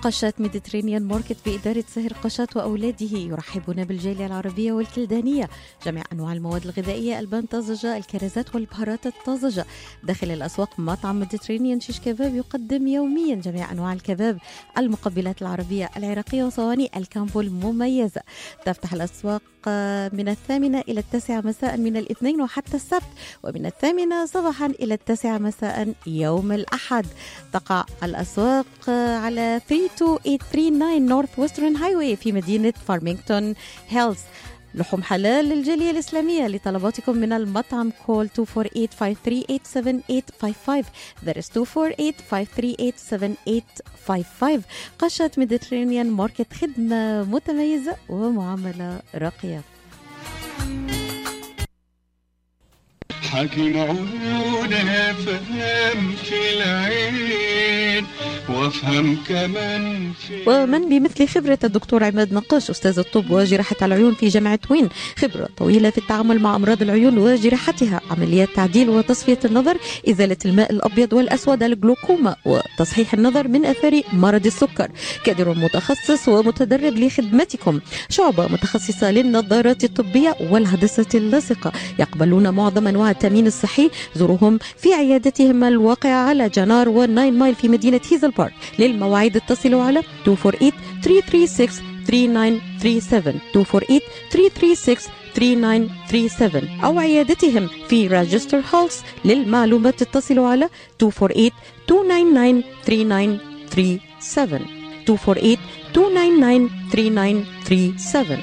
قشة ميديترينيان ماركت بإدارة سهر قشات وأولاده يرحبون بالجالية العربية والكلدانية. جميع أنواع المواد الغذائية، البان طازجة، الكرزات والبهارات الطازجة. داخل الأسواق مطعم ميديترينيان شيش كباب يقدم يوميا جميع أنواع الكباب، المقبلات العربية العراقية وصواني الكامبو المميزة. تفتح الأسواق من الثامنة إلى التاسعة مساء من الاثنين وحتى السبت، ومن الثامنة صباحا إلى التاسعة مساء يوم الأحد. تقع الأسواق على ثلاثة اثنين ثلاثة تسعة نورث ويسترن هايواي في مدينة فارمينغتون هيلز. لحوم حلال للجالية الإسلامية. لطلباتكم من المطعم كول اثنين أربعة ثمانية خمسة ثلاثة ثمانية سبعة ثمانية خمسة خمسة. That is اثنين أربعة ثمانية خمسة ثلاثة سبعة ثمانية خمسة خمسة. قشة ميديترينيان ماركت، خدمة متميزة ومعاملة راقية. حكي معونها فهم في العين وافهم كمان في. ومن بمثل خبرة الدكتور عماد نقاش أستاذ الطب وجراحة العيون في جامعة وين، خبرة طويلة في التعامل مع أمراض العيون وجراحتها، عمليات تعديل وتصفية النظر، إزالة الماء الأبيض والأسود، الجلوكوما، وتصحيح النظر من أثار مرض السكر. كادر متخصص ومتدرب لخدمتكم. شعبة متخصصة للنظارات الطبية والهندسة اللاصقة. يقبلون معظم أنواع التأمين الصحي. زوروهم في عيادتهم الواقعة على جنار وناين مايل في مدينة هيزل بارك. للمواعيد اتصلوا على اثنين أربعة ثمانية ثلاثة ثلاثة ستة ثلاثة تسعة ثلاثة سبعة اثنين أربعة ثمانية ثلاثة ثلاثة ستة ثلاثة تسعة ثلاثة سبعة أو عيادتهم في راجستر هولس. للمعلومات اتصلوا على اثنين أربعة ثمانية اثنين تسعة تسعة ثلاثة سبعة اثنين أربعة ثمانية اثنين تسعة تسعة ثلاثة سبعة.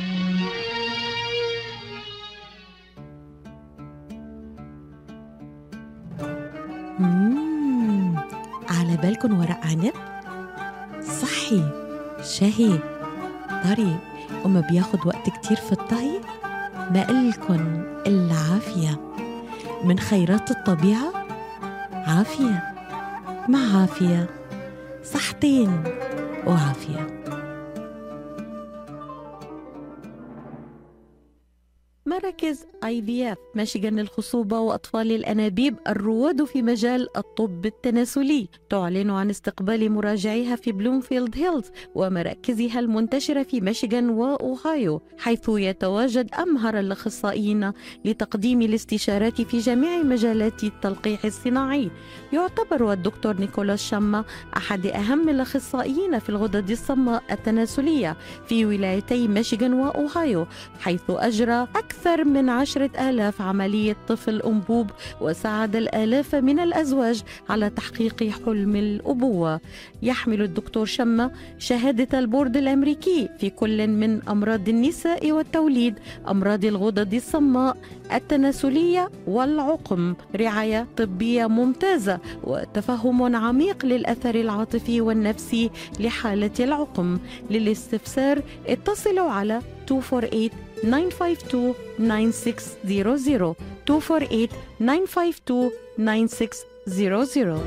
مم. على بالكن ورق عنب صحي شهي طري وما بياخد وقت كتير في الطهي. ما قلكن إلا عافية من خيرات الطبيعة. عافية مع عافية، صحتين وعافية. مراكز آي في إف ميشيغان للخصوبة وأطفال الأنابيب الرواد في مجال الطب التناسلي تعلن عن استقبال مراجعيها في بلومفيلد هيلز ومراكزها المنتشرة في ميشيغان وأوهايو، حيث يتواجد أمهر الأخصائيين لتقديم الاستشارات في جميع مجالات التلقيح الصناعي. يعتبر الدكتور نيكولاس شاما أحد أهم الأخصائيين في الغدد الصماء التناسلية في ولايتي ميشيغان وأوهايو، حيث أجرى أكثر من عشرة آلاف عملية طفل أنبوب وساعد الآلاف من الأزواج على تحقيق حلم الأبوة. يحمل الدكتور شما شهادة البورد الأمريكي في كل من أمراض النساء والتوليد، أمراض الغدد الصماء التناسلية والعقم، رعاية طبية ممتازة وتفهم عميق للأثر العاطفي والنفسي لحالة العقم. للاستفسار اتصلوا على اثنين أربعة ثمانية تسعة خمسة اثنين تسعة ستة صفر اثنين أربعة ثمانية تسعة خمسة اثنين تسعة ستة صفر.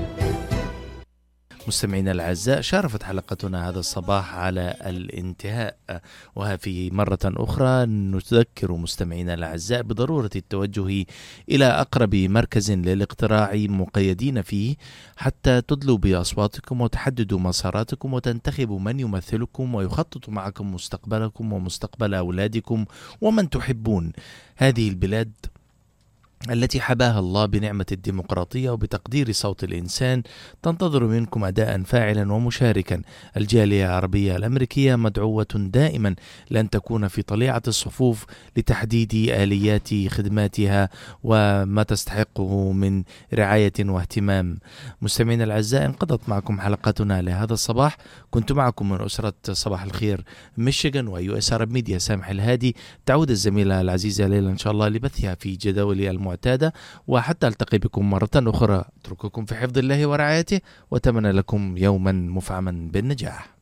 مستمعينا الأعزاء، شارفت حلقتنا هذا الصباح على الانتهاء، وفي مرة أخرى نذكر مستمعينا الأعزاء بضرورة التوجه إلى أقرب مركز للاقتراع مقيدين فيه حتى تدلوا بأصواتكم وتحددوا مساراتكم وتنتخبوا من يمثلكم ويخطط معكم مستقبلكم ومستقبل أولادكم ومن تحبون. هذه البلاد التي حباها الله بنعمة الديمقراطية وبتقدير صوت الإنسان تنتظر منكم أداء فاعلا ومشاركا. الجالية العربية الأمريكية مدعوة دائما لأن تكون في طليعة الصفوف لتحديد آليات خدماتها وما تستحقه من رعاية واهتمام. مستمعين الأعزاء، انقضت معكم حلقتنا لهذا الصباح. كنت معكم من أسرة صباح الخير ميشيغان ويو اس ار ميديا سامح الهادي. تعود الزميلة العزيزة ليلى إن شاء الله لبثها في جداول المعتادة، وحتى ألتقي بكم مرة أخرى أترككم في حفظ الله ورعايته وأتمنى لكم يوما مفعما بالنجاح.